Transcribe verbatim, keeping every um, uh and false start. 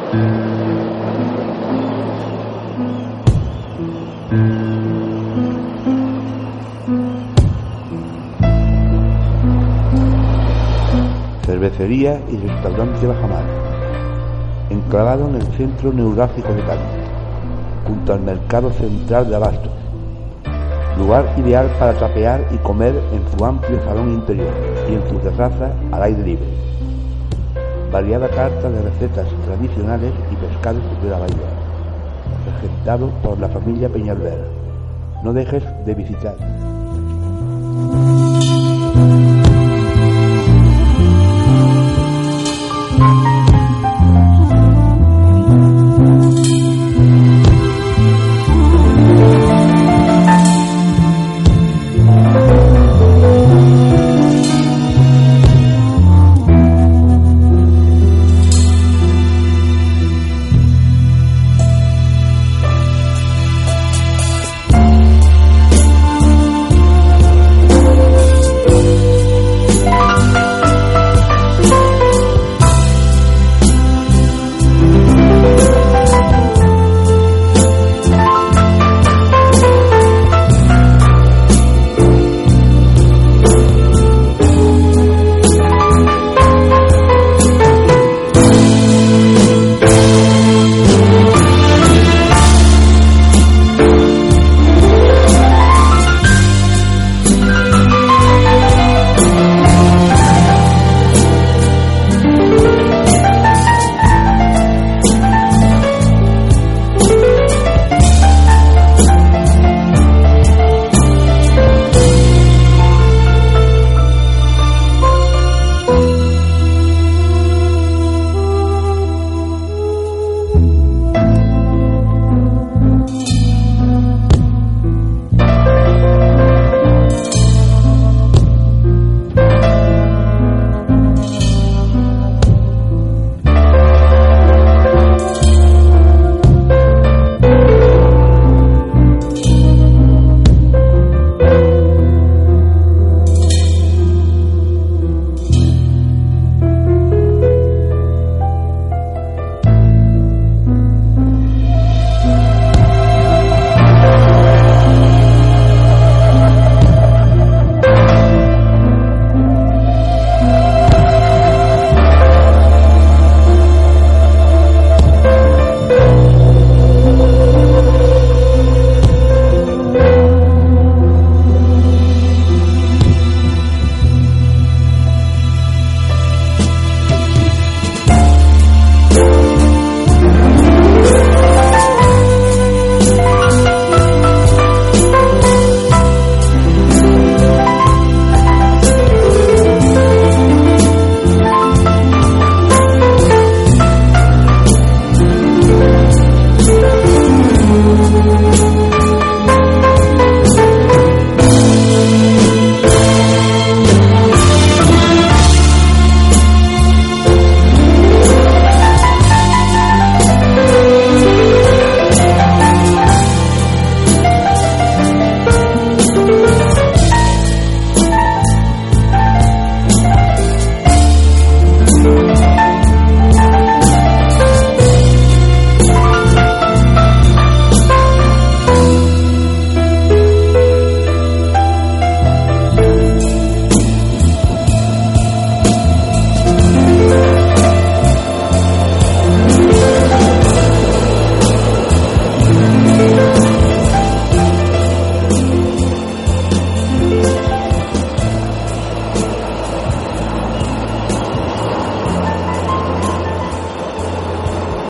Cervecería y restaurante Bajamar, enclavado en el centro neurálgico de Cádiz, junto al mercado central de Abastos, lugar ideal para tapear y comer en su amplio salón interior y en su terraza al aire libre. Variada carta de recetas tradicionales y pescados de la bahía, presentado por la familia Peñalver. No dejes de visitar.